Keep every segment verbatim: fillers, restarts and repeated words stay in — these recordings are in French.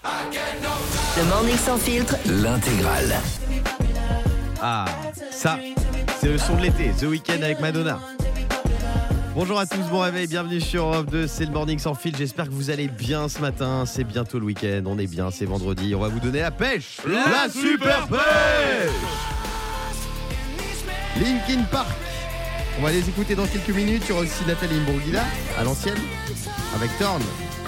Le Morning Sans Filtre, l'intégrale. Ah, ça, c'est le son de l'été, The Weeknd avec Madonna. Bonjour à tous, bon réveil, bienvenue sur Europe deux, c'est le Morning Sans Filtre. J'espère que vous allez bien ce matin, c'est bientôt le week-end, on est bien, c'est vendredi. On va vous donner la pêche, la, la super pêche. Linkin Park, on va les écouter dans quelques minutes. Il y aura aussi Nathalie Imbruglia à l'ancienne avec Torn.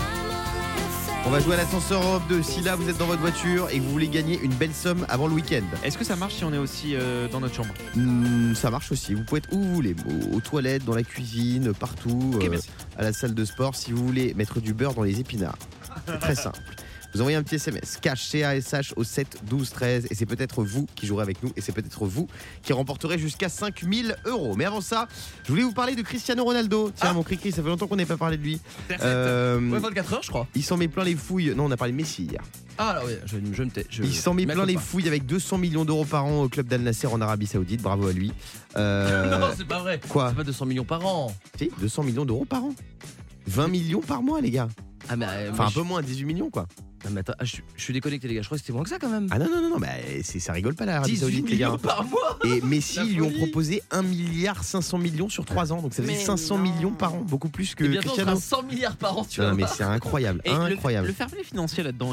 On va jouer à l'ascenseur Europe deux. Si là vous êtes dans votre voiture et que vous voulez gagner une belle somme avant le week-end. Est-ce que ça marche si on est aussi euh, dans notre chambre? mmh, Ça marche aussi. Vous pouvez être où vous voulez, aux, aux toilettes, dans la cuisine, partout, okay, euh, à la salle de sport. Si vous voulez mettre du beurre dans les épinards, c'est très simple. Vous envoyez un petit S M S, cash C A S H au sept douze treize et c'est peut-être vous qui jouerez avec nous et c'est peut-être vous qui remporterez jusqu'à cinq mille euros. Mais avant ça, je voulais vous parler de Cristiano Ronaldo. Tiens, ah. mon cri-cri, ça fait longtemps qu'on n'ait pas parlé de lui. Euh, ouais, vingt-quatre heures, je crois. Il s'en met plein les fouilles. Non, on a parlé de Messi hier. Ah, alors oui, je, je me tais. Je... Il s'en met plein les fouilles avec deux cents millions d'euros par an au club d'Al Nasser en Arabie Saoudite. Bravo à lui. Euh... non, c'est pas vrai. Quoi? C'est pas deux cents millions par an. Si, deux cents millions d'euros par an. vingt millions par mois, les gars. Ah, mais, euh, enfin, un je... peu moins, dix-huit millions, quoi. Non, mais attends, je, je suis déconnecté, les gars. Je crois que c'était moins que ça quand même. Ah non, non, non, non, bah, c'est, ça rigole pas l'Arabie Saoudite, les gars. Par mois. Et Messi, ils lui ont proposé un milliard cinq cents millions sur trois ans. Donc ça faisait mais cinq cents non. millions par an, beaucoup plus que et bientôt, Cristiano. On sera cent milliards par an, tu non, vois. Mais c'est incroyable, et incroyable. Le, le fair play financier là-dedans,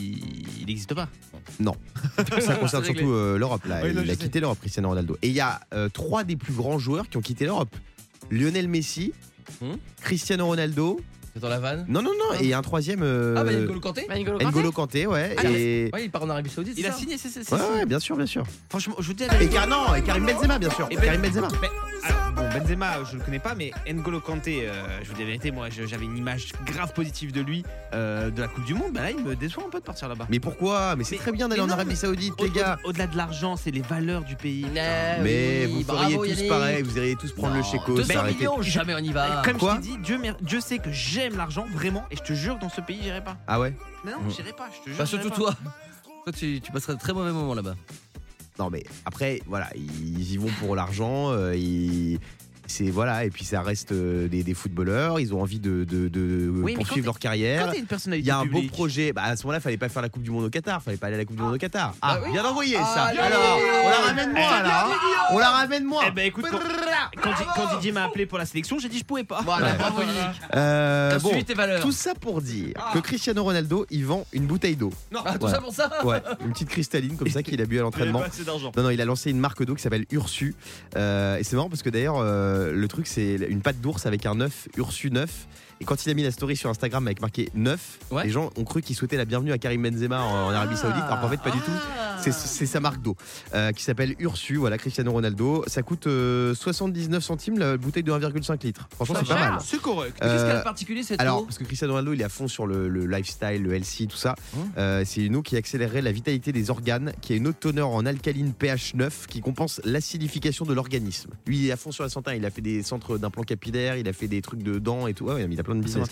il n'existe pas. Non. Ça concerne surtout euh, l'Europe, là. Oui, non, il a quitté l'Europe, Cristiano Ronaldo. Et il y a euh, trois des plus grands joueurs qui ont quitté l'Europe. Lionel Messi, hum Cristiano Ronaldo. C'est dans la vanne? Non, non, non, et il y a un troisième. Euh... Ah, bah, N'Golo Kanté? Bah, N'Golo Kanté, N'Golo Kanté, ouais. Ah, et... ouais, il part en Arabie Saoudite. Il a signé, c'est ça? Ouais, ouais, bien sûr, bien sûr. Franchement, je vous dis. Et Car... non, et Karim Benzema, bien sûr. Et ben... Karim Benzema. Mais, alors, bon, Benzema, je le connais pas, mais N'Golo Kanté, euh, je vous dis la vérité, moi, j'avais une image grave positive de lui, euh, de la Coupe du Monde. Bah là, il me déçoit un peu de partir là-bas. Mais pourquoi? Mais c'est mais, très bien d'aller en Arabie Saoudite, les gars. Au-delà de l'argent, c'est les valeurs du pays. Mais, mais oui, vous feriez bravo, tous Yannick. pareil, vous iriez tous prendre non, le chéco. deux cents millions, jamais on y va. Comme Quoi? je t'ai dit, Dieu, Dieu sait que j'aime l'argent, vraiment, et je te jure, dans ce pays, j'irai pas. Ah ouais? Mais non, j'irai pas, je te jure. Bah, surtout toi. Toi, tu, tu passerais de très mauvais moments là-bas. Non, mais après, voilà, ils y vont pour l'argent. Euh, ils... C'est voilà, et puis ça reste euh, des, des footballeurs, ils ont envie de, de, de oui, poursuivre leur carrière. Quand t'es une personnalité il y a un publique. beau projet. Bah à ce moment-là, fallait pas faire la Coupe du Monde au Qatar, fallait pas aller à la Coupe du Monde au Qatar. Ah, bah oui. bien envoyé ah, ça. bien Alors, bien on la ramène moi là. Hein. On la ramène moi. Eh ben écoute, quand, quand, quand Didier m'a appelé pour la sélection, j'ai dit je pouvais pas. Voilà, bravo Yannick. Euh, bon, tes valeurs. tout ça pour dire ah. que Cristiano Ronaldo, il vend une bouteille d'eau. Non, ah, tout voilà. ça pour ça. Ouais, une petite cristalline comme ça qu'il a bu à l'entraînement. Non, non, il a lancé une marque d'eau qui s'appelle Ursu. Euh, et c'est marrant parce que d'ailleurs, euh, le truc c'est une patte d'ours avec un œuf, Ursu neuf. Et quand il a mis la story sur Instagram avec marqué neuf, ouais. les gens ont cru qu'il souhaitait la bienvenue à Karim Benzema en, en Arabie Saoudite, alors qu'en fait pas ah. du tout. C'est, c'est sa marque d'eau euh, qui s'appelle Ursu, voilà, Cristiano Ronaldo. Ça coûte euh, soixante-dix-neuf centimes la bouteille de un virgule cinq litres. Franchement, c'est, c'est pas mal. C'est correct. Euh, Qu'est-ce qu'elle a de particulier cette alors, eau? parce que Cristiano Ronaldo, il est à fond sur le, le lifestyle, le healthy, tout ça. Hum. Euh, c'est une eau qui accélérerait la vitalité des organes, qui a une haute teneur en alcaline pH neuf, qui compense l'acidification de l'organisme. Lui, il est à fond sur la santé. Il a fait des centres d'implants capillaires, il a fait des trucs de dents et tout. Ouais, il a plein de business.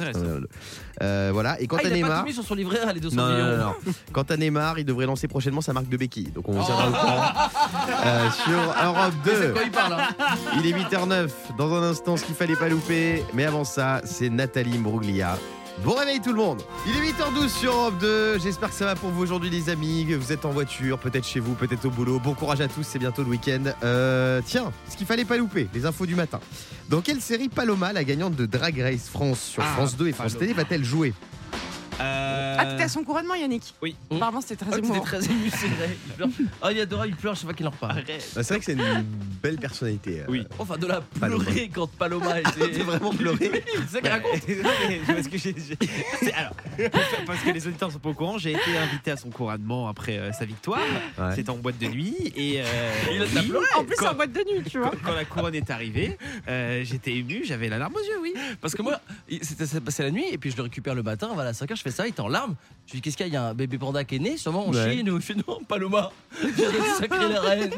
Euh, voilà. Et quant ah, à il Neymar, a pas tout mis sur son livret à les deux cents non, millions. Non, non, non. Quant à Neymar, il devrait lancer prochainement sa marque de béquilles. Donc on vous tiendra oh. au courant euh, sur Europe deux. C'est quoi il parle hein. Il est huit heures neuf. Dans un instant, ce qu'il fallait pas louper. Mais avant ça, c'est Nathalie Imbruglia. Bon réveil tout le monde. Il est huit heures douze sur Europe deux. J'espère que ça va pour vous aujourd'hui les amis. Vous êtes en voiture, peut-être chez vous, peut-être au boulot. Bon courage à tous, c'est bientôt le week-end. Euh, tiens, ce qu'il fallait pas louper, les infos du matin. Dans quelle série Paloma, la gagnante de Drag Race France sur ah, France deux et France Télé, va-t-elle jouer? Euh... Ah, t'étais à son couronnement, Yannick? Oui. Pardon, c'était très ah, émouvant. C'était très ému, c'est vrai. Il pleure. Oh, il adore, il pleure, je sais pas qu'il en reparle. Bah, c'est vrai que c'est une belle personnalité. Euh, oui. Enfin, de la pleurer quand Paloma était. T'es vraiment pleuré. C'est ça qu'elle raconte. parce, que j'ai, j'ai... C'est, alors, parce que les auditeurs sont pas au courant, j'ai été invité à son couronnement après euh, sa victoire. Ouais. C'était en boîte de nuit. Et euh, il a oui, pleuré. En plus, quand, en boîte de nuit, tu vois. Quand, quand la couronne est arrivée, euh, j'étais ému, j'avais la larme aux yeux, oui. Parce que moi, c'était, c'est passé la nuit, et puis je le récupère le matin, voilà, à cinq heures, je fais ça, il était en larmes. Je dis, qu'est-ce qu'il y a? Il y a un bébé panda qui est né, sûrement en ouais. Chine, et il fait non, Paloma, viens de sacrer la reine.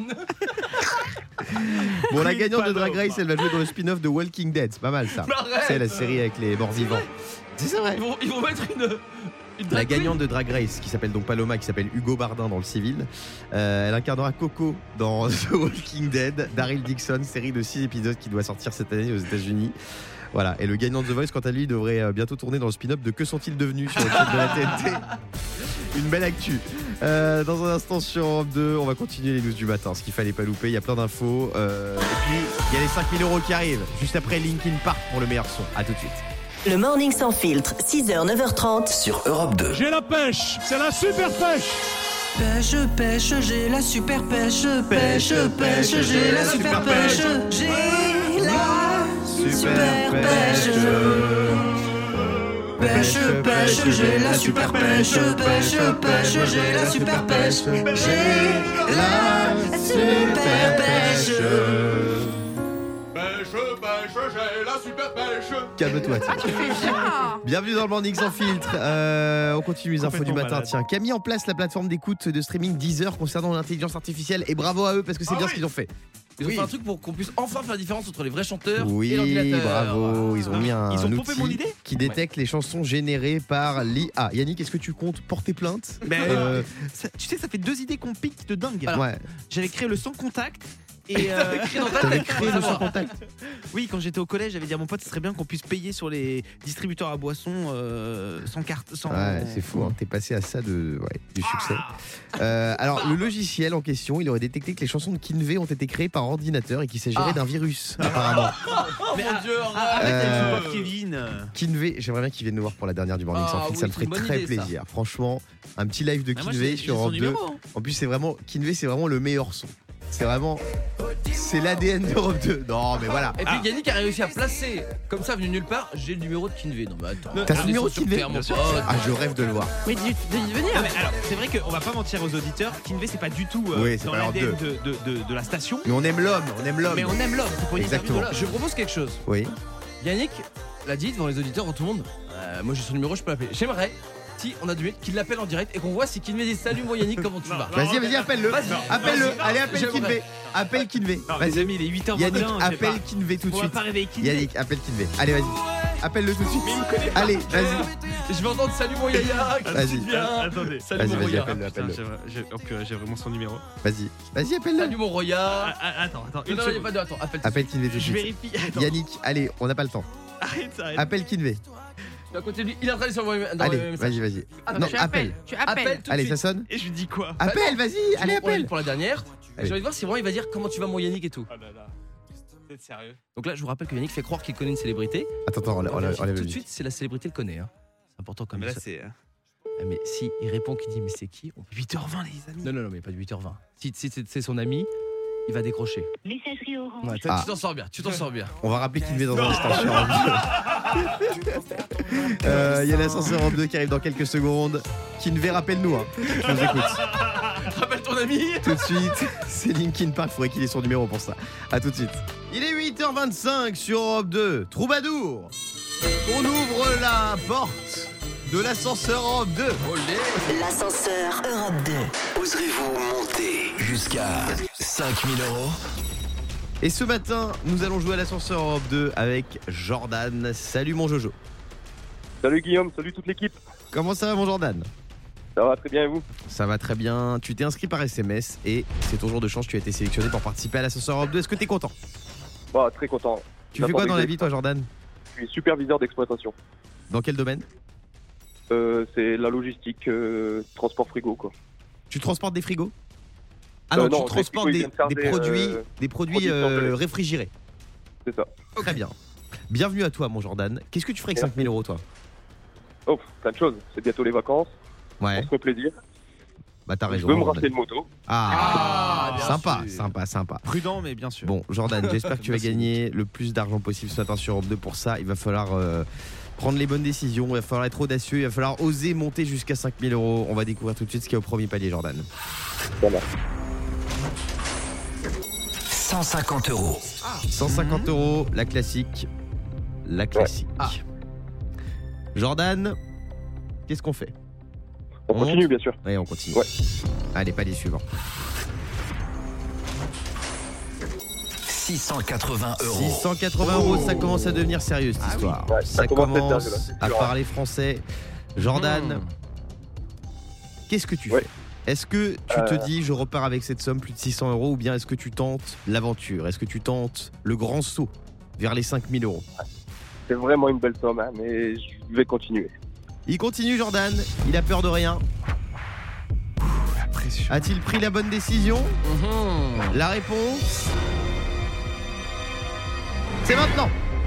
Bon, la gagnante de Drag Race, elle va jouer dans le spin-off de Walking Dead, c'est pas mal ça. C'est la série avec les morts vivants. C'est ça, vrai. Ils vont, ils vont mettre une. La gagnante de Drag Race, qui s'appelle donc Paloma, qui s'appelle Hugo Bardin dans le civil, euh, elle incarnera Coco dans The Walking Dead. Daryl Dixon, série de six épisodes qui doit sortir cette année aux États-Unis. Voilà, et le gagnant de The Voice, quant à lui, devrait bientôt tourner dans le spin-off de Que sont-ils devenus sur le site de la T N T. Une belle actu. Euh, dans un instant sur Europe deux, on va continuer les news du matin, ce qu'il fallait pas louper. Il y a plein d'infos. Euh, et puis, il y a les cinq mille euros qui arrivent. Juste après Linkin Park pour le meilleur son. A tout de suite. Le Morning Sans Filtre, six heures neuf heures trente sur Europe deux. J'ai la pêche, c'est la super pêche. Pêche, pêche, j'ai la super pêche. Pêche, pêche, j'ai la super pêche. J'ai la super pêche. Pêche, pêche, j'ai la super pêche. Pêche, pêche, j'ai la super pêche. J'ai la super pêche. Pêche, pêche, j'ai la super pêche. Calme-toi. Ah, tu fais bien. Bienvenue dans le Morning Sans Filtre. Euh, on continue les infos du matin. malade. Tiens, qui a mis en place la plateforme d'écoute de streaming Deezer concernant l'intelligence artificielle. Et bravo à eux parce que c'est Ah bien oui. ce qu'ils ont fait. Ils ont Oui. fait un truc pour qu'on puisse enfin faire la différence entre les vrais chanteurs et Oui, l'ordinateur. bravo. Ils ont mis un, Ils ont un pompé mon outil idée qui détecte les chansons générées par l'I A. Yannick, est-ce que tu comptes porter plainte Mais Euh, ça- tu sais, ça fait deux idées qu'on pique de dingue. Ouais. J'avais créé le sans contact. Et euh, T'avais créé le sans contact. oui, quand j'étais au collège, j'avais dit à mon pote, ce serait bien qu'on puisse payer sur les distributeurs à boissons euh, sans carte, sans. Ouais, c'est fou, hein. T'es passé à ça de, ouais, du succès. Euh, alors, le logiciel en question, il aurait détecté que les chansons de Kinvey ont été créées par ordinateur et qu'il s'agirait Ah. d'un virus, apparemment. Mais Mon Dieu, ah, arrête Euh, avec le pauvre Kevin. Kinvey, j'aimerais bien qu'il vienne nous voir pour la dernière du Morning Ah, Sans Filtre, oui, ça me c'est ferait une bonne très idée, ça. plaisir. Franchement, un petit live de Ah, moi, Kinvey j'ai- sur j'ai son Europe deux. numéro, hein. En plus, c'est vraiment, Kinvey, c'est vraiment le meilleur son. C'est vraiment, c'est l'A D N d'Europe deux. Non, mais voilà. Et puis Yannick a réussi à placer, comme ça venu nulle part, j'ai le numéro de Kinvey. Non mais attends. T'as ce On est numéro de sur Kinvey Terre, mon Bien sûr. pote. Ah, je rêve de le voir. Mais dis- de venir. Non, mais alors, c'est vrai qu'on va pas mentir aux auditeurs, Kinvey c'est pas du tout euh, Oui, c'est dans pas l'A D N Europe de, de, de, de la station, Mais on aime l'homme, on aime l'homme. mais on aime l'homme. c'est pour une Exactement. interview de Je propose quelque chose. Oui. Yannick l'a dit devant les auditeurs, devant tout le monde. Euh, moi j'ai son numéro, je peux l'appeler. J'aimerais, si on a deux minutes, qu'il l'appelle en direct et qu'on voit si Kinvey dit salut mon Yannick, comment tu vas. Vas-y, vas-y, appelle-le. Vas-y. Appelle-le. Vas-y. Allez, appelle J'aimerais. Kinvey. Appelle Kinvey. Non, les Vas-y. amis, il est huit heures vingt et un. Yannick, je sais appelle pas. Kinvey tout de On va suite. pas réveiller Kinvey. Yannick, appelle Kinvey. Allez, vas-y. Appelle-le tout de suite. Allez, vas-y. Je vais entendre salut mon Yaya. Vas-y. Bien. Attendez. Salut Vas-y, mon vas-y, Roya. appelle-le, Putain, appelle-le. j'ai- j'ai- oh, purée, j'ai vraiment son numéro. Vas-y. Vas-y, appelle-le. Salut mon Roya. Ah, ah, attends, attends. Non, Une non, il y a seconde. pas de. Attends, appelle. Appelle Kinvey tout de Je suite. vérifie. Attends. Yannick, allez, on n'a pas le temps. Arrête, arrête. Appelle Kinvey. Tu vas continuer. Il est en train de s'envoyer. Allez, vas-y, vas-y. Ah, Non, tu appelle. appelles. Tu appelles. Appelle tout de Allez, suite. ça sonne. Et je lui dis quoi? Appelle, vas-y. Allez, On l'a dit appelle. pour la dernière. Allez. J'ai envie de voir si vraiment il va dire comment tu vas mon Yannick et tout. Oh là là. Vous êtes sérieux? Donc là, je vous rappelle que Yannick fait croire qu'il connaît une célébrité. Attends, attends, on, On on, vérifie on lève tout le de suite si la célébrité le connaît. Hein. C'est important comme Mais là, ça. c'est Ah, Mais si il répond, qu'il dit mais c'est qui on... huit heures vingt, les amis. Non, non, non, mais pas de huit heures vingt. Si, si c'est- c'est son ami, il va décrocher. Messagerie orange. Ouais, toi, Ah. Tu t'en sors bien, tu t'en sors bien. On va rappeler Kinvey dans un instant sur Europe deux. Euh, Il y a l'ascenseur Europe deux qui arrive dans quelques secondes. Kinvey, rappelle-nous. Hein. Tu nous écoutes. Rappelle ton ami. Tout de suite, c'est Linkin Park, faudrait qu'il ait son numéro pour ça. A tout de suite. Il est huit heures vingt-cinq sur Europe deux. Troubadour. On ouvre la porte de l'ascenseur Europe deux. L'ascenseur Europe deux. Oserez-vous monter jusqu'à cinq mille euros? Et ce matin, nous allons jouer à l'ascenseur Europe deux avec Jordan. Salut mon Jojo. Salut Guillaume, salut toute l'équipe. Comment ça va mon Jordan? Ça va très bien et vous? Ça va très bien. Tu t'es inscrit par S M S et c'est ton jour de chance. Tu as été sélectionné pour participer à l'ascenseur Europe deux. Est-ce que t'es content? Bah, très content. Tu fais quoi dans la vie toi Jordan? Je suis superviseur d'exploitation. Dans quel domaine? Euh, c'est la logistique, euh, transport frigo quoi. Tu transportes des frigos? Ah Euh, non, non, tu des transportes frigos, ils des, viennent faire des des, produits, euh, des produits produits euh, congelés. réfrigérés. C'est ça. Très bien. Bienvenue à toi mon Jordan. Qu'est-ce que tu ferais avec Merci. cinq mille euros toi? Oh, plein de choses. C'est bientôt les vacances. Ouais, On se fait plaisir. bah t'as Je raison. veux me Jordan. racheter une moto. Ah, Ah, bien sympa, sûr. sympa, sympa. Prudent, mais bien sûr. Bon, Jordan, j'espère que tu vas Merci. gagner le plus d'argent possible ce matin sur Europe deux. Pour ça, il va falloir euh, prendre les bonnes décisions, il va falloir être audacieux, il va falloir oser monter jusqu'à cinq mille euros. On va découvrir tout de suite ce qu'il y a au premier palier, Jordan. Voilà. cent cinquante euros. cent cinquante euros, la classique. La classique. Ah. Jordan, qu'est-ce qu'on fait? On On continue monte bien sûr. Oui, on continue. Ouais. Allez, palier suivant. six cent quatre-vingts euros. six cent quatre-vingts euros, ça commence à devenir sérieux cette histoire. Ouais, ça ça commence à être commence sérieux, là, c'est à dur, hein. parler français. Jordan, Mmh. qu'est-ce que tu Ouais. fais? Est-ce que tu Euh. te dis je repars avec cette somme plus de six cents euros ou bien est-ce que tu tentes l'aventure? Est-ce que tu tentes le grand saut vers les cinq mille euros? C'est vraiment une belle somme, hein, mais je vais continuer. Il continue Jordan, il a peur de rien. A-t-il pris la bonne décision? mmh. La réponse, c'est maintenant.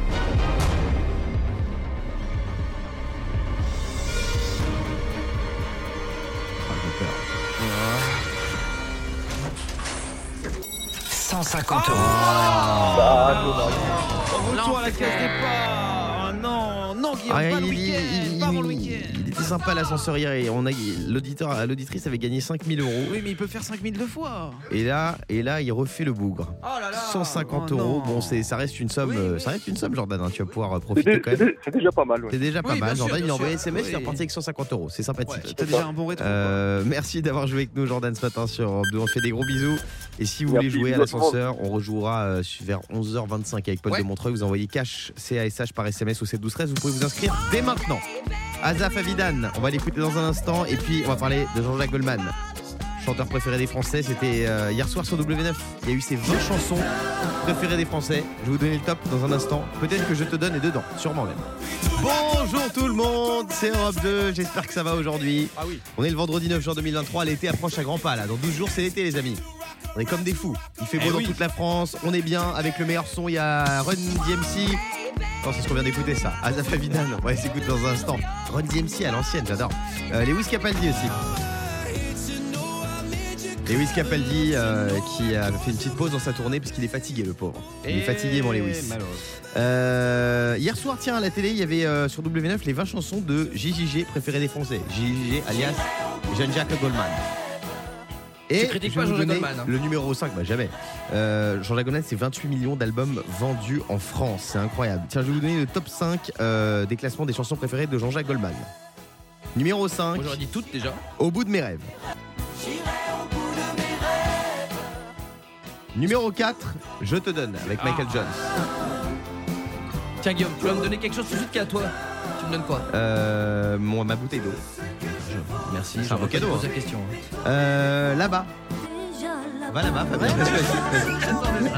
cent cinquante euros. Retour à la case départ. Oh non, non, Guillaume, Ah, pas le il, week-end, il- pas avant le il- week-end. il était sympa l'ascenseur hier et on a l'auditeur, l'auditrice avait gagné cinq mille euros. Oui, mais il peut faire cinq mille deux fois. Et là, et là, il refait le bougre. Oh là là. cent cinquante Oh euros. non. Bon, c'est, ça reste une somme, Oui, euh, oui. ça reste une somme, Jordan. hein, tu vas pouvoir euh, C'est profiter dé- quand c'est même. dé- c'est déjà pas mal. Ouais. C'est déjà pas Oui, mal. bien sûr, Jordan, il bien a envoyé sûr. S M S, il est Oui. reparti avec cent cinquante euros. C'est sympathique. T'as déjà un bon rétro. Euh, merci d'avoir joué avec nous, Jordan, ce matin sur Europe deux. On te fait des gros bisous. Et si vous Merci, voulez jouer à bisous à tout le l'ascenseur, on rejouera euh, vers onze heures vingt-cinq avec Paul Ouais. de Montreuil. Vous envoyez cash C A S H par S M S au sept douze treize. Vous pouvez vous inscrire dès maintenant. Azaf Avidan, on va l'écouter dans un instant. Et puis, on va parler de Jean-Jacques Goldman, chanteur préféré des Français. C'était euh, hier soir sur W neuf. Il y a eu ses vingt chansons préférées des Français. Je vais vous donner le top dans un instant. Peut-être que je te donne est dedans, sûrement même. Bonjour tout le monde, c'est Europe deux. J'espère que ça va aujourd'hui. Ah oui. On est le vendredi neuf juin deux mille vingt-trois. L'été approche à grands pas là. Dans douze jours, c'est l'été, les amis. On est comme des fous. Il fait beau Eh dans oui. toute la France. On est bien avec le meilleur son. Il y a Run D M C. Non, c'est ce qu'on vient d'écouter, ça. Azaf Avidan, on va s'écouter dans un instant. Run D M C à l'ancienne, j'adore. Euh, Lewis Capaldi aussi. Lewis Capaldi euh, qui a fait une petite pause dans sa tournée parce qu'il est fatigué, le pauvre. Il est fatigué, mon Lewis. Euh, hier soir, tiens, à la télé, il y avait euh, sur W neuf les vingt chansons de J J G préférées des Français. J J G alias Jean-Jacques Goldman. Et Tu critiques je vais pas vous Jean-Jacques donner Goldman, hein. le numéro cinq, bah jamais. Euh, Jean-Jacques Goldman, c'est vingt-huit millions d'albums vendus en France. C'est incroyable. Tiens, je vais vous donner le top cinq euh, des classements des chansons préférées de Jean-Jacques Goldman. Numéro cinq, Moi j'aurais dit toutes déjà. Au bout de mes rêves. Numéro quatre, Je te donne avec Michael Jones. Tiens Guillaume, tu vas me donner quelque chose tout de suite qu'à toi. Tu me donnes quoi? Euh, mon, ma bouteille d'eau. Merci, C'est un beau cadeau, Pose hein. la question. Euh, là-bas. Va là-bas, Fabien. Vas-y, vas-y.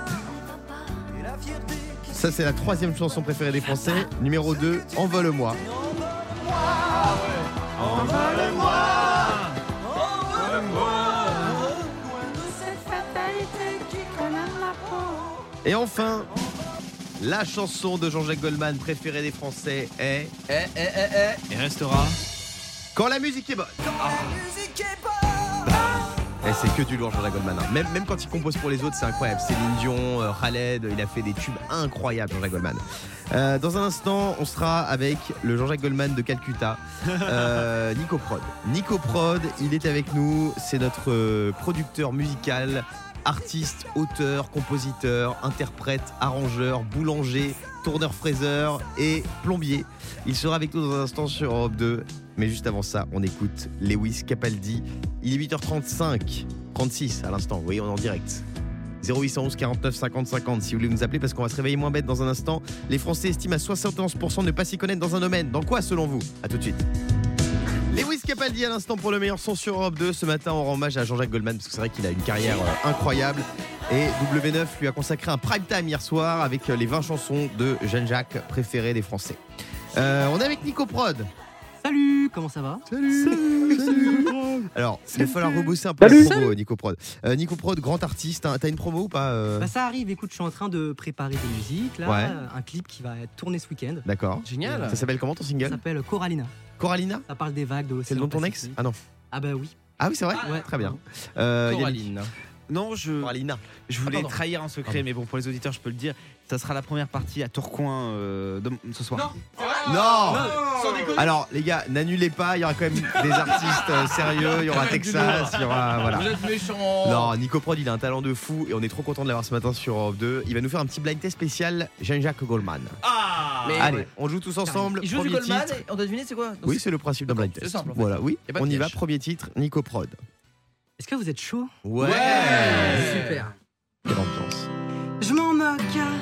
Ça, c'est la troisième chanson préférée des Français. Numéro deux, Envole-moi. Et enfin, la chanson de Jean-Jacques Goldman préférée des Français est Eh, eh, eh, eh. Et restera. Quand la musique est bonne. Et c'est que du lourd, Jean-Jacques Goldman. hein. Même, même quand il compose pour les autres, c'est incroyable. Céline Dion, euh, Khaled, il a fait des tubes incroyables, Jean-Jacques Goldman. Euh, dans un instant, on sera avec le Jean-Jacques Goldman de Calcutta, euh, Nico Prod. Nico Prod, il est avec nous. C'est notre euh, producteur musical, artiste, auteur, compositeur, interprète, arrangeur, boulanger, tourneur-fraiseur et plombier. Il sera avec nous dans un instant sur Europe deux. Mais juste avant ça, on écoute Lewis Capaldi. Il est huit heures trente-cinq, trente-six à l'instant. Vous voyez, on est en direct. zéro huit un un quarante-neuf cinquante cinquante si vous voulez nous appeler parce qu'on va se réveiller moins bête dans un instant. Les Français estiment à soixante et onze pour cent ne pas s'y connaître dans un domaine. Dans quoi selon vous? A tout de suite. Lewis Capaldi à l'instant pour le meilleur son sur Europe deux. Ce matin, on rend hommage à Jean-Jacques Goldman parce que c'est vrai qu'il a une carrière euh, incroyable. Et W neuf lui a consacré un prime time hier soir avec euh, les vingt chansons de Jean-Jacques préférées des Français. Euh, on est avec Nico Prod. Salut, comment ça va? Salut, salut. Alors, il va falloir rebosser un peu Salut. la promo, Nico Prod. Euh, Nico Prod, grand artiste. Hein. T'as une promo ou pas euh Bah ça arrive, écoute, je suis en train de préparer des musiques, là, Ouais. un clip qui va être tourné ce week-end. D'accord. Génial. Ça s'appelle comment ton Ça single? s'alle Coralina. Coralina? Ça parle des vagues de l'océan C'est le nom de ton ex? Pacifique. Ah non. Ah bah oui. Ah oui, c'est vrai? Ouais. Très bien. Euh, Yannick. Coraline. Non, je, Coralina. je voulais Ah, pardon. trahir un secret, Pardon. mais bon, pour les auditeurs, je peux le dire. Ça sera la première partie à Tourcoing euh, de- ce soir. Non, Alors, les gars, n'annulez pas. Il y aura quand même des artistes euh, sérieux. Il y aura Texas. Il y aura. Voilà. Vous êtes méchants. Non, Nico Prod, il a un talent de fou et on est trop content de l'avoir ce matin sur Europe deux. Il va nous faire un petit blind test spécial Jean-Jacques Goldman. Mais Allez, ouais. on joue tous ensemble. Il joue du Premier Goldman titre. et on doit deviner c'est quoi? Donc, Oui, c'est le principe d'un blind c'est test. simple, en fait. Voilà, oui. Y a pas de On y va. piège. Premier titre, Nico Prod. Est-ce que vous êtes chaud? Ouais. Super. Quelle ambiance. Je m'en moque,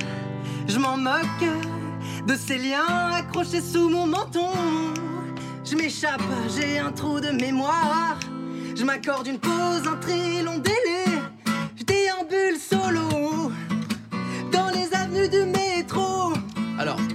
je m'en moque de ces liens accrochés sous mon menton. Je m'échappe, j'ai un trou de mémoire. Je m'accorde une pause, un très long délai. Je déambule solo dans les avenues du métro. Alors,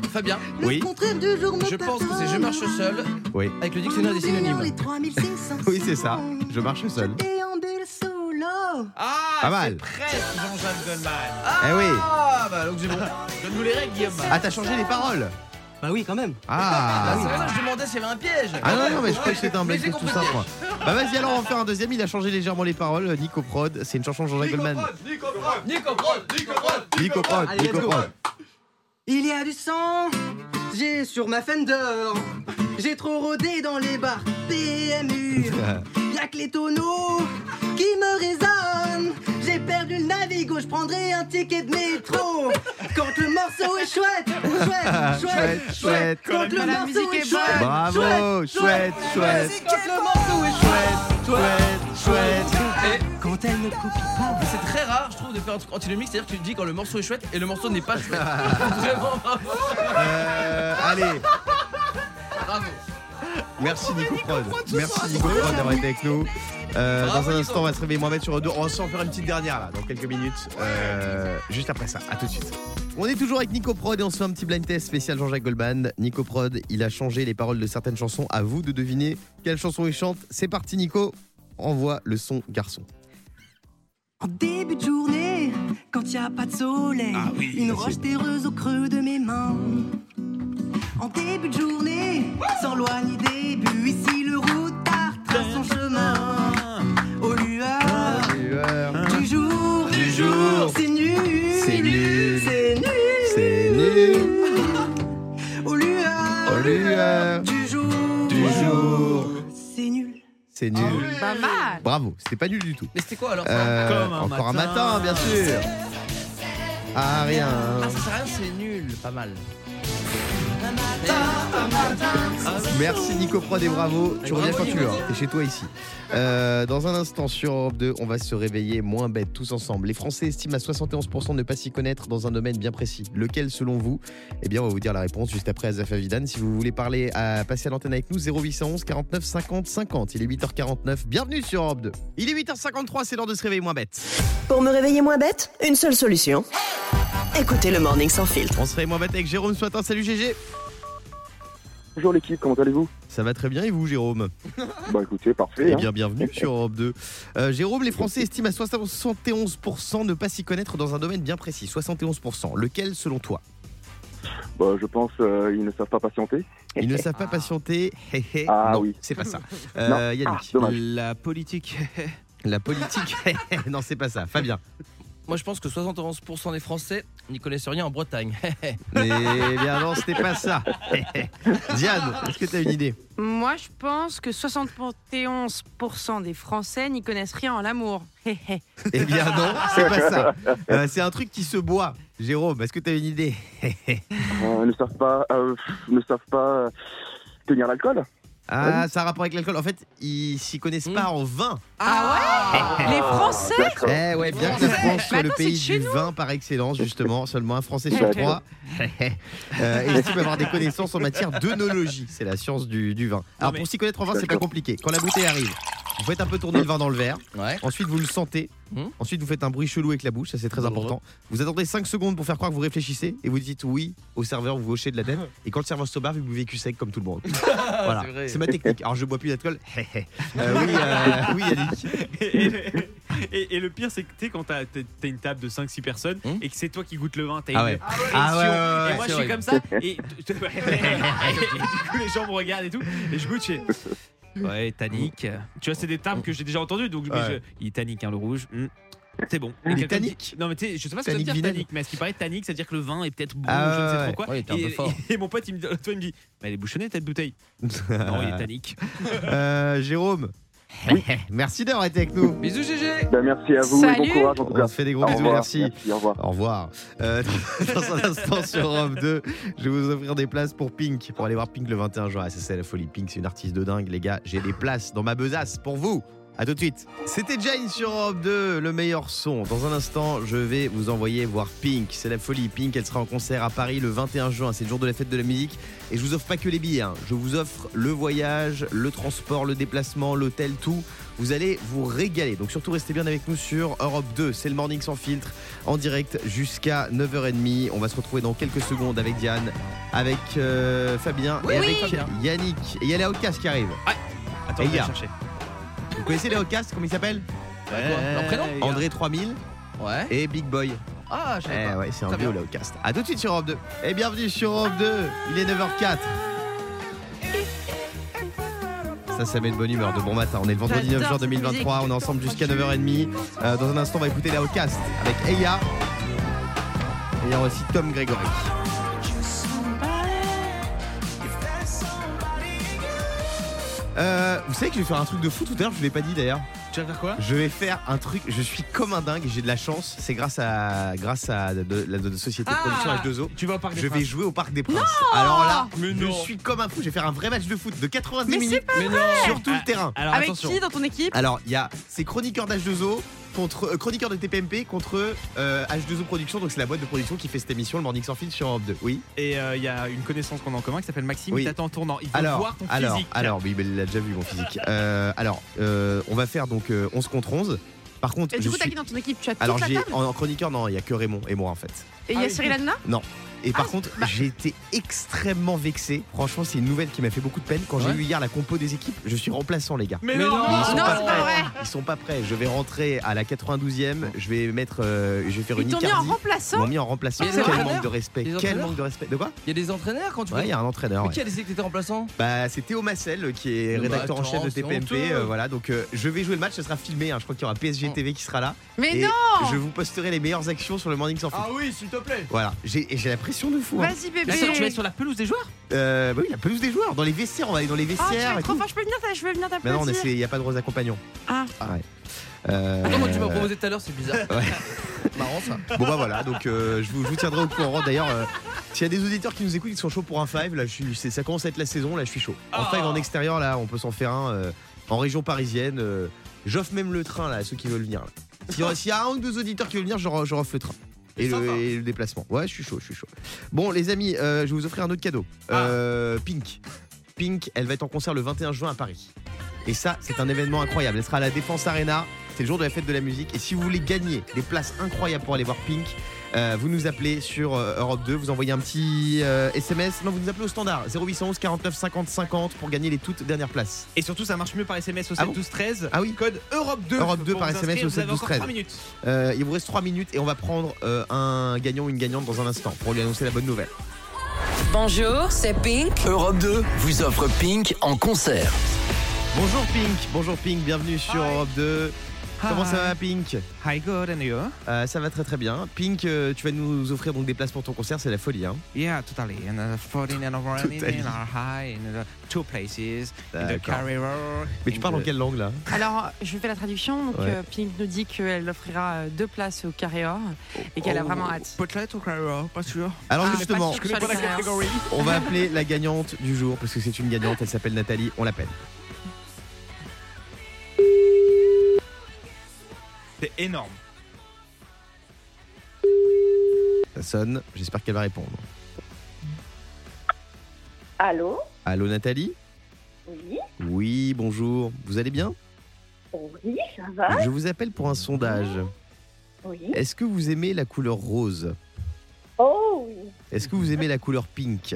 Fabien. Oui. Le contraire du jour me Je pense que c'est je marche seul Oui. avec le dictionnaire des synonymes. Les trois mille cinq cents Oui, c'est ça. Je marche seul. Je déambule solo. Ah, Pas mal. c'est presque Jean-Jacques Goldman. Eh oui. Ah bah donc c'est bon. Donne-nous les règles, Guillaume. Ah, t'as changé les paroles. Bah oui, quand même. Ah. Ah, c'est vrai, je demandais s'il y avait un piège. Ah non, non, mais je croyais que c'était un Mais blague j'ai tout compris ça, le moi. Bah vas-y, alors on va faire un deuxième. Il a changé légèrement les paroles. Nico Prod, c'est une chanson de Jean-Jacques Goldman. Nico Prod, Nico Prod, Nico Prod. Nico Prod, Allez, Nico let's go. Prod. Il y a du sang, j'ai sur ma Fender. J'ai trop rôdé dans les bars P M U. Y'a que les tonneaux qui me résonnent. J'ai perdu le Navigo, je prendrai un ticket de métro. Quand le morceau est chouette, chouette, chouette, chouette. Quand le La morceau musique est est chouette, bonne. Bravo, chouette, chouette. Quand le morceau est chouette, Chouette, chouette. Et quand elle ne copie pas. c'est très rare, je trouve, de faire un truc antinomique, c'est-à-dire que tu dis quand le morceau est chouette et le morceau n'est pas chouette. Vraiment, bravo. Euh, allez, Bravo. merci Nico Prod. Merci Nico Prod d'avoir été avec nous. Euh, Bravo, dans un Nico. instant, on va se réveiller moins bête sur deux. On va s'en faire une petite dernière là, dans quelques minutes. Euh, juste après ça, à tout de suite. On est toujours avec Nico Prod et on se fait un petit blind test spécial Jean-Jacques Goldman. Nico Prod, il a changé les paroles de certaines chansons. À vous de deviner quelle chanson il chante. C'est parti, Nico. Envoie le son garçon. En début de journée, quand y a pas de soleil, Ah oui, une facile. roche terreuse au creux de mes mains. En début de journée, sans loi ni début, ici le routard trace son chemin. Aux lueurs du jour, Du jour. c'est nul, C'est nul. c'est nul, C'est nul. Aux lueurs, Aux lueurs du jour, du jour. c'est nul. C'est nul. Pas mal. Bravo, c'était pas nul du tout. Mais c'était quoi alors ça Euh, Comme un encore matin. un matin, bien sûr. Ah, rien. Ah, ça sert à rien, c'est nul. Pas mal. Merci Nico Prod et bravo. Tu reviens Bravo, quand tu veux, Nico. hein. T'es chez toi ici. Euh, dans un instant sur Europe deux, on va se réveiller moins bêtes tous ensemble. Les Français estiment à soixante et onze pour cent de ne pas s'y connaître dans un domaine bien précis. Lequel selon vous? Eh bien, on va vous dire la réponse juste après Azaf Avidan. Si vous voulez parler à passer à l'antenne avec nous, zéro huit un un quarante-neuf cinquante cinquante. Il est huit heures quarante-neuf. Bienvenue sur Europe deux. Il est huit heures cinquante-trois, c'est l'heure de se réveiller moins bête. Pour me réveiller moins bête, une seule solution. Écoutez le Morning Sans Filtre. On se réveille moins bête avec Jérôme ce matin. Salut G G. Bonjour l'équipe, comment allez-vous? Ça va très bien et vous, Jérôme? Bah écoutez, parfait. Eh hein. bien, bienvenue sur Europe deux. Euh, Jérôme, les Français estiment à soixante et onze pour cent ne pas s'y connaître dans un domaine bien précis. soixante et onze pour cent. Lequel selon toi? Bah, je pense euh, ils ne savent pas patienter. Ils ne savent pas patienter. Hé, hé. Ah non, oui. c'est pas ça. Non. Euh, Yannick. Ah, dommage. La politique. La politique. Non, c'est pas ça. Fabien. Moi je pense que soixante et onze pour cent des Français n'y connaissent rien en Bretagne. Eh bien non, c'était pas ça. Diane, est-ce que tu as une idée? Moi, je pense que soixante et onze pour cent des Français n'y connaissent rien en l'amour. Hé, hé. Eh bien non, c'est pas ça. Euh, c'est un truc qui se boit. Jérôme, est-ce que tu as une idée? Euh, ne savent pas, euh, ne savent pas euh, tenir l'alcool. Ah, ça a rapport avec l'alcool. En fait, ils s'y connaissent Mmh. pas en vin. Ah ouais. Les Français. D'accord. Eh ouais, bien que la France soit Mais le attends, pays c'est de du chez vin par excellence, justement, seulement un Français sur D'accord. trois euh, et estime avoir des connaissances en matière d'œnologie. C'est la science du, du vin. Alors mais- pour s'y connaître en vin, c'est pas D'accord. compliqué. Quand la bouteille arrive, vous faites un peu tourner le vin dans le verre. Ouais. Ensuite, vous le sentez. Mmh. Ensuite, vous faites un bruit chelou avec la bouche. Ça, c'est très Douloureux. important. Vous attendez cinq secondes pour faire croire que vous réfléchissez et vous dites oui au serveur. Vous hochez de la tête. Et quand le serveur se barre, vous buvez cul sec comme tout le monde. Voilà. c'est vrai. C'est ma technique. Alors, je bois plus d'alcool. Euh, oui, euh, oui, Yannick. Et, et- et- et le pire, c'est que tu sais, quand t'as t'as- t'as une table de cinq six personnes Hum. et que c'est toi qui goûtes le vin, t'as Ah une ouais. pression. Ah ouais, ouais, ouais, et moi, c'est je suis vrai. comme ça. Et, et du coup, les gens me regardent et tout. Et je goûte, je fais. Ouais, tannique. Tu vois, c'est des termes que j'ai déjà entendus. Donc, mais Ouais. je- il est tannique, hein, le rouge. Hum. C'est bon. Et Il est quelqu'un tannique dit- Non, mais tu sais, je sais pas ce que ça veut Tannique dire vinaigre. tannique, mais à ce qui paraît tannique, ça veut dire que le vin est peut-être bon, Ah je ne sais ouais, trop quoi. ouais, il était un peu et, fort. et mon pote, il me, toi, il me dit, mais elle est bouchonnée, cette bouteille. Non, il est tannique. Euh, Jérôme. Merci d'avoir été avec nous. Bisous G G. Bah, merci à vous Salut. et bon courage en tout On cas. se fait des gros Au bisous, revoir. merci. Merci, au revoir. Au revoir. Euh, dans un instant sur Europe deux, je vais vous offrir des places pour Pink, pour aller voir Pink le vingt et un juin. Ah, ça, c'est la folie. Pink, c'est une artiste de dingue, les gars. J'ai des places dans ma besace pour vous. À tout de suite. C'était Jane sur Europe deux, le meilleur son. Dans un instant, je vais vous envoyer voir Pink. C'est la folie. Pink, elle sera en concert à Paris le vingt et un juin. C'est le jour de la fête de la musique. Et je vous offre pas que les billets. Hein. Je vous offre le voyage, le transport, le déplacement, l'hôtel, tout. Vous allez vous régaler. Donc surtout, restez bien avec nous sur Europe deux. C'est le Morning sans filtre en direct jusqu'à neuf heures trente. On va se retrouver dans quelques secondes avec Diane, avec euh, Fabien oui, et oui. avec Fabien. Yannick. Et il y a les Outcasts qui arrivent. Ouais. Attends, Et je vais y a- le chercher. Vous connaissez les Outcasts? Comment ils s'appellent? Quoi, leur prénom André trois mille Ouais. et Big Boy. Ah, je savais Eh pas. ouais, c'est un Très duo bien. là au cast. A tout de suite sur Europe deux. Et bienvenue sur Europe deux. Il est neuf heures quatre. Ça, ça met de bonne humeur, de bon matin. On est le vendredi neuf juin deux mille vingt-trois. On est ensemble jusqu'à neuf heures trente. Euh, dans un instant, on va écouter la Outcast avec Eya. Et il y aura aussi Tom Gregory. Euh, vous savez que je vais faire un truc de fou tout à l'heure, je vous l'ai pas dit d'ailleurs. Tu vas faire quoi? Je vais faire un truc, je suis comme un dingue, j'ai de la chance, c'est grâce à grâce à de, de- la de- de société de production H deux O. Tu vas au parc des Je vais Princes. jouer au Parc des Princes. Alors là, Mais je non. suis comme un fou, je vais faire un vrai match de foot de quatre-vingt-dix Mais minutes c'est Mais non. sur tout Ah, le terrain. Alors Avec attention. qui dans ton équipe? Alors, il y a ces chroniqueurs d'H deux O contre euh, chroniqueurs de T P M P contre euh, H deux O Production, donc c'est la boîte de production qui fait cette émission, le Morning sans fil sur Europe deux. Oui. Et il euh, y a une connaissance qu'on a en commun qui s'appelle Maxime. Oui. Il t'attend en tournant. Il veut Alors, voir ton alors, physique. alors, oui, mais il a déjà vu mon physique. Euh, alors, euh, on va faire donc euh, onze contre onze. Par contre, Et je du coup, t'as suis... qui dans ton équipe? Tu as toute Alors, la j'ai table? en, en chroniqueur, non, il y a que Raymond et moi en fait. Et il y a Cyril Hanouna? Non. Et par Ah, contre, bah- j'ai été extrêmement vexé. Franchement, c'est une nouvelle qui m'a fait beaucoup de peine. Quand j'ai Ouais. eu hier la compo des équipes, je suis remplaçant, les gars. Mais, Mais non, non. Ils sont Non, pas c'est pas prêts. vrai. Ils sont pas prêts. Je vais rentrer à la quatre-vingt-douzième. Je vais mettre, euh, je vais faire Ils une t'ont mis en Icardi. Ils remplaçant? m'ont mis en remplaçant. Mais Quel les manque entraîneurs de respect. Les Quel entraîneurs manque de respect. De quoi? Il y a des entraîneurs quand tu Ouais, vas- il y a un entraîneur. Mais ouais. qui a décidé que t'étais remplaçant? Bah, c'était Omacel qui est Bah, rédacteur en attends, chef de c'est T P M P. honteux. euh, voilà, donc euh, je vais jouer le match. Ce sera filmé. hein. Je crois qu'il y aura P S G T V qui sera là. Mais Et non! je vous posterai les meilleures actions sur le Morning sans fil. oui, s'il te plaît. Voilà. J'ai et j'ai la pression de fou. hein. Vas-y, bébé. Attends, tu vas être sur la pelouse des joueurs? Euh, bah oui, la pelouse des joueurs. Dans les vestiaires, on va aller dans les Ah, tu vestiaires. es et trop tout. fort, je peux venir, t'a- je veux venir Mais non, t'applaudir. il n'y a pas de rose accompagnant. Ah. ouais. Euh, Attends, moi, tu m'as proposé tout à l'heure, c'est bizarre. Ouais. Marrant ça. Bon bah voilà, donc euh, je, vous, je vous tiendrai au courant. D'ailleurs, euh, s'il y a des auditeurs qui nous écoutent, qui sont chauds pour un five, là, je suis, c'est- ça commence à être la saison, là, je suis chaud. En Ah. five en extérieur, là, on peut s'en faire un euh, en région parisienne. euh, j'offre même le train là à ceux qui veulent venir. là. S'il y a- s'il y a un ou deux auditeurs qui veulent venir, je, je offre le train. Et le, Sympa. et le déplacement. Ouais, je suis chaud, je suis chaud. Bon, les amis, euh, je vais vous offrir un autre cadeau. Euh, Pink. Pink, elle va être en concert le vingt et un juin à Paris. Et ça, c'est un événement incroyable. Elle sera à la Défense Arena. C'est le jour de la fête de la musique. Et si vous voulez gagner des places incroyables pour aller voir Pink, euh, vous nous appelez sur euh, Europe deux. Vous envoyez un petit euh, S M S. Non, vous nous appelez au standard zéro huit un un quarante-neuf cinquante cinquante pour gagner les toutes dernières places. Et surtout, ça marche mieux par S M S au Ah sept bon douze treize. Ah oui. Code Europe deux. Europe deux Pour par vous S M S inscrire, au vous sept avez douze encore treize. trois minutes. Euh, il vous reste trois minutes et on va prendre euh, un gagnant ou une gagnante dans un instant pour lui annoncer la bonne nouvelle. Bonjour, c'est Pink. Europe deux vous offre Pink en concert. Bonjour Pink, bonjour Pink, bienvenue sur Hi. Europe deux. Comment ça va Pink? Hi, good, and you? Euh, Ça va très très bien. Pink, euh, tu vas nous offrir donc des places pour ton concert, c'est la folie hein. Yeah, totally. And uh, fourteen and over Totally. in our high in the two places in the D'accord. carrier. Mais tu parles en quelle langue là? Alors, je fais la traduction. Donc, Ouais. euh, Pink nous dit qu'elle offrira euh, deux places au Carré Or et qu'elle a vraiment hâte. Peut-être au carrier, pas sûr. Alors Ah, mais justement, pas sûr que ce soit le Carré Or. on va appeler la gagnante du jour parce que c'est une gagnante, elle s'appelle Nathalie, on l'appelle. C'est énorme. Ça sonne, j'espère qu'elle va répondre. Allô? Allô Nathalie? Oui? Oui, bonjour. Vous allez bien? Oui, ça va? Je vous appelle pour un sondage. Oui. Est-ce que vous aimez la couleur rose? Oh oui. Est-ce que vous aimez la couleur pink?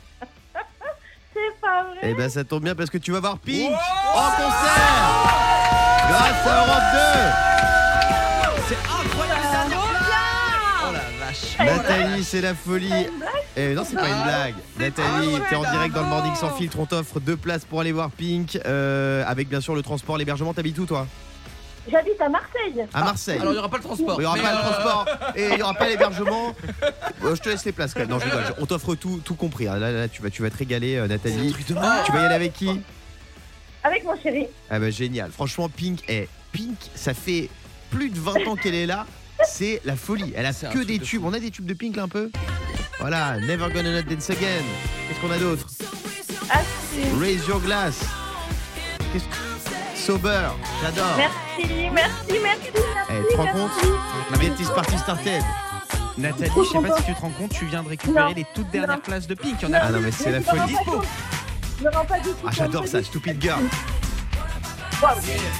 C'est pas vrai? Eh ben ça tombe bien parce que tu vas voir Pink en concert grâce à Europe deux. C'est incroyable, ça Oh la vache. Nathalie, c'est la folie. Eh non, c'est pas une blague. Nathalie, t'es en direct dans le Morning sans filtre. On t'offre deux places pour aller voir Pink, euh, avec bien sûr le transport, l'hébergement. T'habites où toi? J'habite à Marseille. À Marseille. Alors il n'y aura pas le transport. Il n'y aura mais, pas le euh, transport et il n'y aura pas l'hébergement. Euh, je te laisse les places quand même. Non, je rigole. On t'offre tout, tout compris. Là, là, là, tu vas, tu vas te régaler, euh, Nathalie. Tu vas y aller avec qui? Avec mon chéri. Ah bah génial. Franchement, Pink, eh, Pink, ça fait plus de vingt ans qu'elle est là. C'est la folie. Elle a C'est un que truc des de tubes. On a des tubes de Pink là un peu. Voilà, Never Gonna Not Dance Again. Qu'est-ce qu'on a d'autre? Ah, c'est... Raise Your Glass. Qu'est-ce- Sober, j'adore. Merci, merci, merci, merci. Eh, tu te rends compte? La Get This Party started. Nathalie, je sais pas si tu te rends compte, tu viens de récupérer Non. les toutes dernières Non. places de Pink. Il y en a Ah non, mais c'est la Je me folie. rends pas dispo. compte. Je me rends pas du tout Ah, compte. j'adore ça, Stupid Girl. Waouh.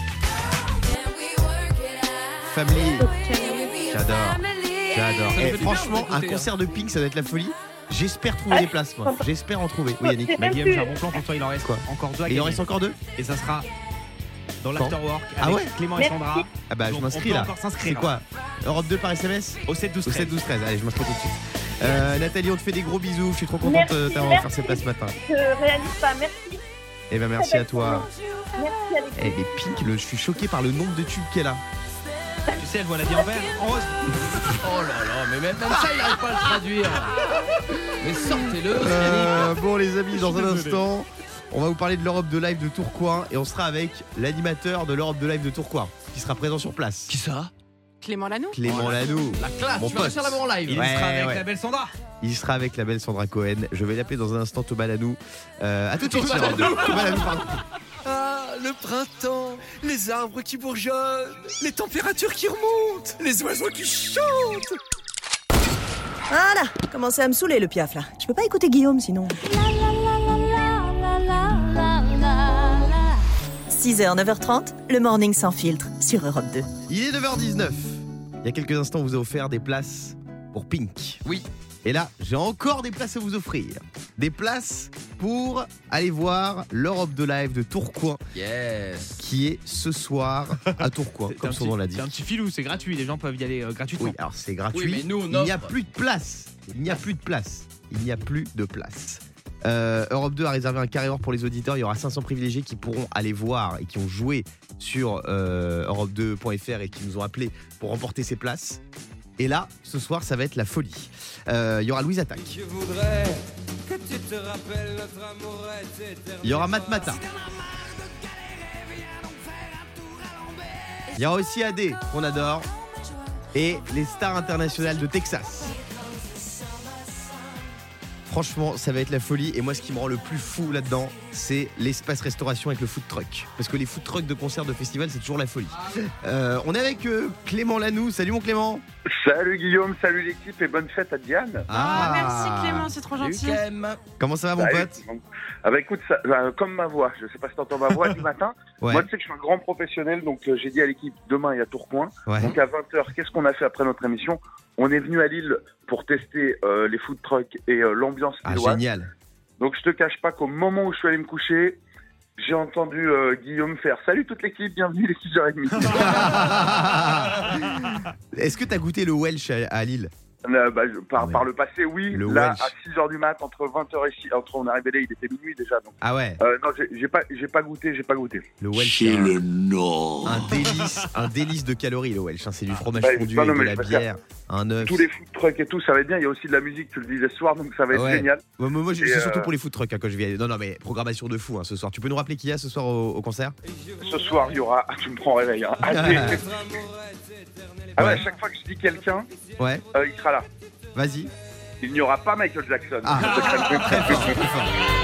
Family. J'adore. J'adore. Ça me Et fait du franchement, bien un d'écouter, concert de Pink, ça doit être la folie. J'espère trouver des places, moi. J'espère en trouver. Oui, Yannick. Bah, Guillaume, j'ai un bon plan pour toi, il en reste Quoi encore deux à Et il en gagner. reste encore deux? Et ça sera dans Quand l'afterwork Ah avec ouais Clément et Merci. Sandra. Ah bah, je Donc, m'inscris on peut là. encore s'inscrire. C'est quoi? Europe deux par S M S? Au sept douze Au treize. sept douze treize. Allez, je m'inscris tout de suite. Euh, Nathalie, on te fait des gros bisous. Je suis trop contente Merci, de t'avoir merci. offert ces places ce matin. Je réalise pas, merci. Eh ben, merci à toi. Merci Alexis. Eh, mais Pink, le- je suis choqué par le nombre de tubes qu'elle a. Tu sais, elle voit la vie en vert, en rose. Oh là là, mais même, même ça, il n'arrive pas à le traduire. Mais sortez-le, Euh, Yannick. bon, les amis, dans un désolé. instant, on va vous parler de l'Europe de Live de Tourcoing et on sera avec l'animateur de l'Europe de Live de Tourcoing qui sera présent sur place. Qui ça? Clément Lanoux. Clément Lanoux. La classe, Mon tu vas pote. réussir là-bas en live. Il Ouais, sera avec ouais. la belle Sandra. Il sera avec la belle Sandra Cohen. Je vais l'appeler dans un instant Thomas Lanoux. Euh, à tout de suite. Thomas sur Europe deux. Lanoux. Thomas Lanoux, pardon. Ah, le printemps, les arbres qui bourgeonnent, les températures qui remontent, les oiseaux qui chantent. Voilà, commencez à me saouler le piaf là. Je peux pas écouter Guillaume sinon. six heures, neuf heures trente, le morning sans filtre sur Europe deux. Il est neuf heures dix-neuf. Il y a quelques instants, on vous a offert des places pour Pink. Oui. Et là, j'ai encore des places à vous offrir. Des places pour aller voir l'Europe de Live de Tourcoing, Yes. qui est ce soir à Tourcoing, C'est comme un son petit- nom l'a dit. C'est un petit filou, c'est gratuit, les gens peuvent y aller euh, gratuitement. Oui, alors c'est gratuit. Oui, mais nous, on il n'y a offre. plus de place. Il n'y a plus de place. Il n'y a plus de place. Euh, Europe deux a réservé un carré or pour les auditeurs. Il y aura cinq cents privilégiés qui pourront aller voir et qui ont joué sur euh, europe deux point f r et qui nous ont appelés pour remporter ces places. Et là, ce soir, ça va être la folie. Euh, il y aura Louise Attaque. Il y aura Matmata. Il y aura aussi A D, qu'on adore. Et les stars internationales de Texas. Franchement, ça va être la folie. Et moi, ce qui me rend le plus fou là-dedans, c'est l'espace restauration avec le food truck. Parce que les food trucks de concerts, de festivals, c'est toujours la folie. Euh, on est avec euh, Clément Lanoux. Salut mon Clément. Salut Guillaume, salut l'équipe et bonne fête à Diane. Ah, merci Clément, c'est trop gentil. Comment ça va mon Salut. pote? Ah bah écoute, ça, euh, comme ma voix, je sais pas si t'entends ma voix du matin. Ouais. Moi tu sais que je suis un grand professionnel, donc euh, j'ai dit à l'équipe demain il y a Tourcoing. Ouais. Donc à vingt heures, qu'est-ce qu'on a fait après notre émission? On est venu à Lille pour tester euh, les food trucks et euh, l'ambiance Ah, lilloise. génial. Donc je te cache pas qu'au moment où je suis allé me coucher, j'ai entendu euh, Guillaume faire salut toute l'équipe, bienvenue les six heures trente. Est-ce que t'as goûté le Welsh à, à Lille? Euh, bah, je- par, par le passé, oui. Le Là, Welsh. à six heures du mat, entre vingt heures et six, entre on est arrivé là, il était minuit déjà. Donc. Ah ouais. Euh, non, j'ai j'ai pas, j'ai pas goûté, j'ai pas goûté. Le Welsh, c'est un, un délice, un délice de calories le Welsh. hein. C'est du fromage Ouais, fondu non, non, avec de mais la je préfère. bière, un œuf. Tous les food trucks et tout, ça va être bien. Il y a aussi de la musique, tu le disais ce soir, donc ça va être Ouais. génial. Ouais, moi, moi, je- Et, c'est euh, surtout pour les food trucks hein, quand je vais aller. Non, non, mais programmation de fou hein, ce soir. Tu peux nous rappeler qui y a ce soir au, au concert? Ce soir, il y aura. Ah, tu me prends en réveil. Hein. Ah, c'est- ah ouais, à chaque fois que je dis quelqu'un, Ouais. euh, il sera là. Vas-y. Il n'y aura pas Michael Jackson. Ah, très fort, très fort.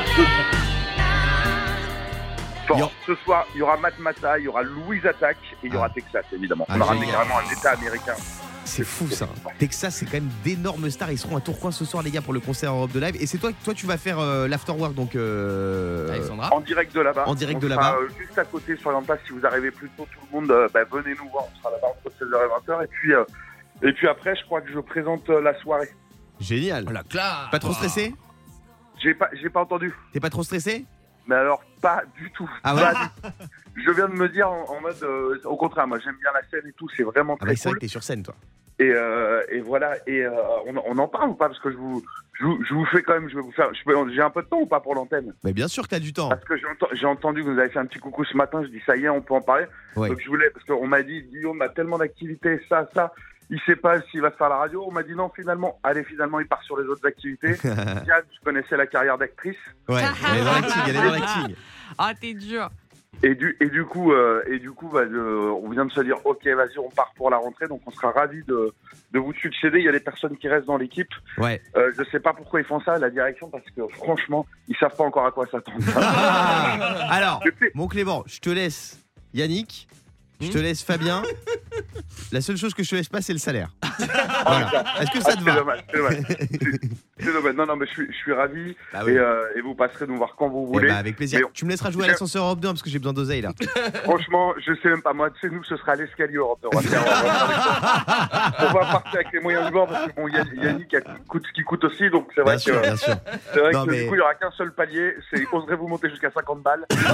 Bon, ce soir, il y aura Matt Mata, il y aura Louise Attaque et il y aura Texas, évidemment. Ah, On a ramené génial. carrément un état américain. C'est fou ça. Texas, c'est quand même d'énormes stars. Ils seront à Tourcoing ce soir, les gars, pour le concert Europe de Live. Et c'est toi, toi, tu vas faire euh, l'afterwork donc. Euh, En direct de là-bas. En direct On de sera, là-bas. euh, juste à côté sur l'emplacement. Si vous arrivez plus tôt, tout le monde, euh, bah, venez nous voir. On sera là-bas entre seize heures et vingt heures. Et puis, euh, et puis après, je crois que je présente euh, la soirée. Génial. La classe. Pas trop stressé? J'ai pas, j'ai pas entendu. T'es pas trop stressé? Mais alors, pas du tout. Ah ouais? Pas du tout. Je viens de me dire en, en mode, euh, au contraire, moi j'aime bien la scène et tout. C'est vraiment Ah très bah, c'est vrai cool. que t'es sur scène, toi. Et, euh, et voilà. Et euh, on, on en parle ou pas? Parce que je vous, je vous, je vous fais quand même. Je vais vous faire. je peux- J'ai un peu de temps ou pas pour l'antenne? Mais bien sûr que t'as du temps. Parce que j'ai enten- j'ai entendu que vous avez fait un petit coucou ce matin, je dis ça y est, on peut en parler. Ouais. Donc je voulais, parce qu'on m'a dit, Guillaume a tellement d'activités, ça, ça, il sait pas s'il va faire la radio. On m'a dit non, finalement, allez, finalement, il part sur les autres activités. Diane, je connaissais la carrière d'actrice. Ouais, elle est dans l'acting, elle est dans l'acting. Ah, t'es dur. Et du, et du coup, euh, et du coup bah, euh, on vient de se dire, ok, vas-y, on part pour la rentrée. Donc on sera ravis de, de vous succéder. Il y a des personnes qui restent dans l'équipe. Ouais. Euh, je sais pas pourquoi ils font ça, la direction, parce que franchement, ils savent pas encore à quoi s'attendre. Alors, mon Clément, je te laisse Yannick, je te laisse Fabien. La seule chose que je te laisse pas, c'est le salaire. Voilà. Est-ce que ça Ah, te c'est va? dommage, c'est dommage. C'est dommage. Non, non, mais je suis, je suis ravi. Bah oui. et, euh, et vous passerez nous voir quand vous Eh voulez. bah, avec plaisir. Mais Tu me laisseras jouer à l'ascenseur Europe deux hein, parce que j'ai besoin d'oseille là. franchement, je sais même pas. Moi, tu sais, nous, ce sera à l'escalier Europe deux. On va faire. On va, faire- on va partir avec les moyens du bord parce que bon, Yann- Yannick a coûte ce qui coûte aussi. Donc, c'est vrai Bien sûr, que, bien sûr. c'est vrai Non, que mais- du coup, il n'y aura qu'un seul palier. C'est oserez-vous monter jusqu'à cinquante balles. Euh,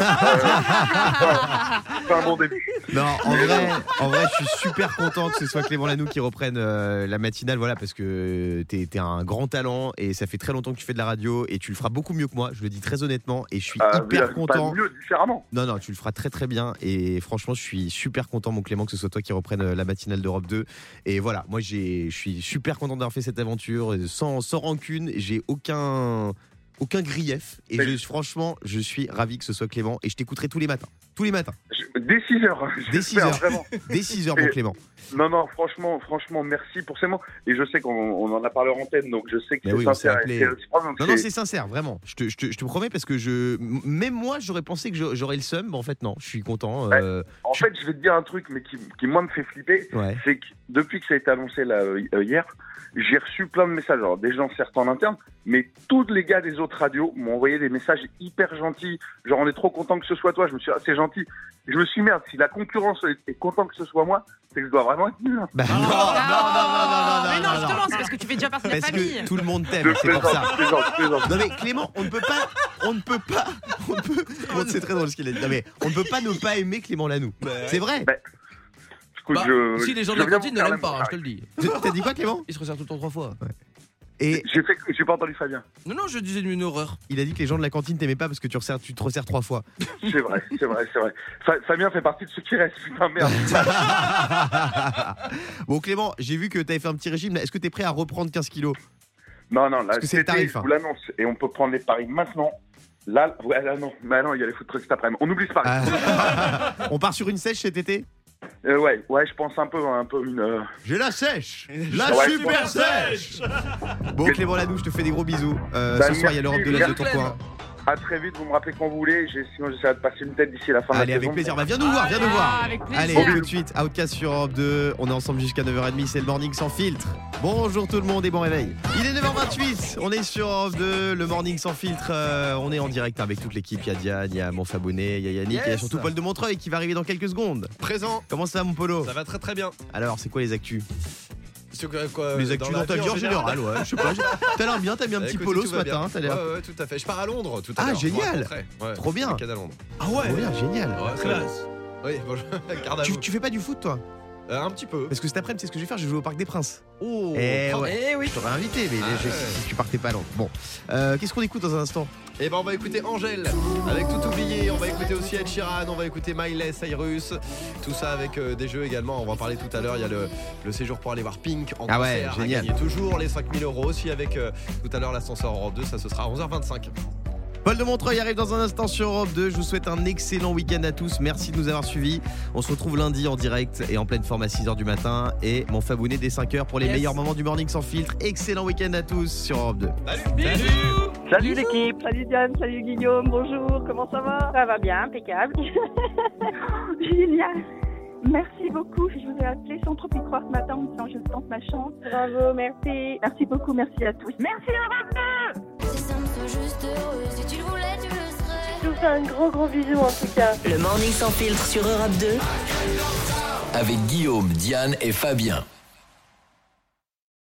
voilà. C'est un bon début. Non, en vrai, en vrai, je suis super content que ce soit Clément Lanoux qui reprenne euh, la matinale, voilà, parce que t'es, t'es un grand talent et ça fait très longtemps que tu fais de la radio et tu le feras beaucoup mieux que moi, je le dis très honnêtement et je suis Euh, hyper pas content. mieux, différemment. Non, non, tu le feras très très bien et franchement, je suis super content, mon Clément, que ce soit toi qui reprenne euh, la matinale d'Europe deux. Et voilà, moi, j'ai, je suis super content d'avoir fait cette aventure sans, sans rancune, j'ai aucun. Aucun grief et je, franchement je suis ravi que ce soit Clément et je t'écouterai tous les matins tous les matins Je- Dès six heures. dès six j'espère, heures Vraiment. dès six heures mon Et- Clément. Non, non, franchement, franchement, merci pour ces mots. Et je sais qu'on on en a parlé en antenne, donc je sais que Mais c'est oui, on s'est sincère. et appelé. c'est réciproque, donc Non, non, c'est- c'est sincère, vraiment. Je te, je, te, je te promets parce que je, même moi, j'aurais pensé que je- j'aurais le seum. Mais en fait, non, je suis content. euh, En fait, je vais te dire un truc, mais qui, qui moi me fait flipper, Ouais. c'est que depuis que ça a été annoncé là, euh, hier, j'ai reçu plein de messages. Alors, des gens certes en interne, mais tous les gars des autres radios m'ont envoyé des messages hyper gentils. Genre, on est trop content que ce soit toi. Je me suis dit, ah, c'est gentil. Et je me suis dit, merde, si la concurrence est, est content que ce soit moi, c'est que je dois vraiment être nul. hein. Bah, non, non, non, non, non, non, Mais non, non, justement, c'est parce que tu fais déjà partie de la Parce famille. que tout le monde t'aime, Je c'est pour plaisante, ça. je plaisante, je plaisante. Non mais Clément, on ne peut pas, on ne peut pas, on ne peut. Bon, c'est très drôle ce qu'il a dit. Non mais on ne peut pas ne pas aimer Clément Lanoux. C'est vrai. Bah, écoute, Bah, je- si les gens je de la viens cantine vous ne faire l'aiment pas, la- hein, je te le dis. T'as dit quoi, Clément? Il se resserre tout le temps trois fois. Et J'ai fait, j'ai pas entendu Fabien. Non, non, je disais une horreur. il a dit que les gens de la cantine t'aimaient pas parce que tu, resserres, tu te resserres trois fois. C'est vrai, c'est vrai, c'est vrai. Fa- Fabien fait partie de ceux qui restent. Putain, merde. Bon Clément, j'ai vu que t'avais fait un petit régime. là. Est-ce que t'es prêt à reprendre quinze kilos? Non, non, là, que c'est le cet été, tarif, je hein. vous l'annonce. Et on peut prendre les paris maintenant. Là, ouais, là, non. Mais non, il y a les foot trucs cet après-midi. On oublie ce pari. Ah. On part sur une sèche cet été? Euh, ouais, ouais, je pense un peu, un peu une. euh, J'ai la sèche, la Ouais, super bon. sèche. Bon Clément Lanoux, je te fais des gros bisous. Euh, Bah, ce soir il y a merci, l'Europe de l'Est de ton merci. coin. À très vite, vous me rappelez quand vous voulez. J'ai- Sinon, j'essaierai de passer une tête d'ici la fin Allez de la avec saison. plaisir, bah viens nous voir, viens nous voir. avec plaisir. Allez tout de suite, Outcast sur Europe deux. On est ensemble jusqu'à neuf heures trente, c'est le morning sans filtre. Bonjour tout le monde et bon réveil. Il est neuf heures vingt-huit, on est sur Europe deux, le morning sans filtre. euh, on est en direct avec toute l'équipe. Il y a Diane, il y a mon Fabonnet, il y a Yannick, Yes. et il y a surtout Paul de Montreuil qui va arriver dans quelques secondes. Présent. Comment ça va mon Polo? Ça va très très bien. Alors c'est quoi les actus? Sur quoi, quoi, Les actus dans, la ta vie en général, ouais. Je sais pas. j'ai- T'as l'air bien, t'as mis un Bah, petit écoute, polo tout ce va matin. bien. T'as l'air. Ouais, ouais, tout à fait. Je pars à Londres tout à Ah, l'heure. génial. Je vous raconterai. Ouais, Trop bien. week-end à Londres. Ah ouais. Trop bien, génial. Ouais, classe. Oui, bonjour. Garde à Tu, vous. tu fais pas du foot toi? Euh, un petit peu. Parce que cet après-midi, c'est ce que je vais faire, je vais jouer au Parc des Princes. Oh. Eh oh, ouais. eh oui. Je t'aurais invité, mais Ah je- ouais. si tu partais pas longtemps. Bon, Euh, qu'est-ce qu'on écoute dans un instant? Et ben on va écouter Angèle avec Tout oublié, on va écouter aussi Ed Sheeran, on va écouter Miley Cyrus, tout ça avec euh, des jeux également, on va en parler tout à l'heure, il y a le, le séjour pour aller voir Pink en Ah ouais, concert, génial. à gagner toujours, les cinq mille euros aussi avec euh, tout à l'heure l'ascenseur Europe deux, ça ce sera à onze heures vingt-cinq. Paul de Montreuil arrive dans un instant sur Europe deux. Je vous souhaite un excellent week-end à tous. Merci de nous avoir suivis. On se retrouve lundi en direct et en pleine forme à six heures du matin. Et mon Fabonnet dès cinq heures pour les Yes. meilleurs moments du morning sans filtre. Excellent week-end à tous sur Europe deux. Bisous. Salut l'équipe, salut Diane, salut Guillaume, bonjour, comment ça va? Ça va bien, impeccable. Génial. Merci beaucoup, je vous ai appelé sans trop y croire ce matin en me disant je tente ma chance. Bravo, merci. Merci beaucoup, merci à tous. Merci Europe deux. Je vous fais un gros gros bisou en tout cas. Le morning sans filtre sur Europe deux. Avec Guillaume, Diane et Fabien.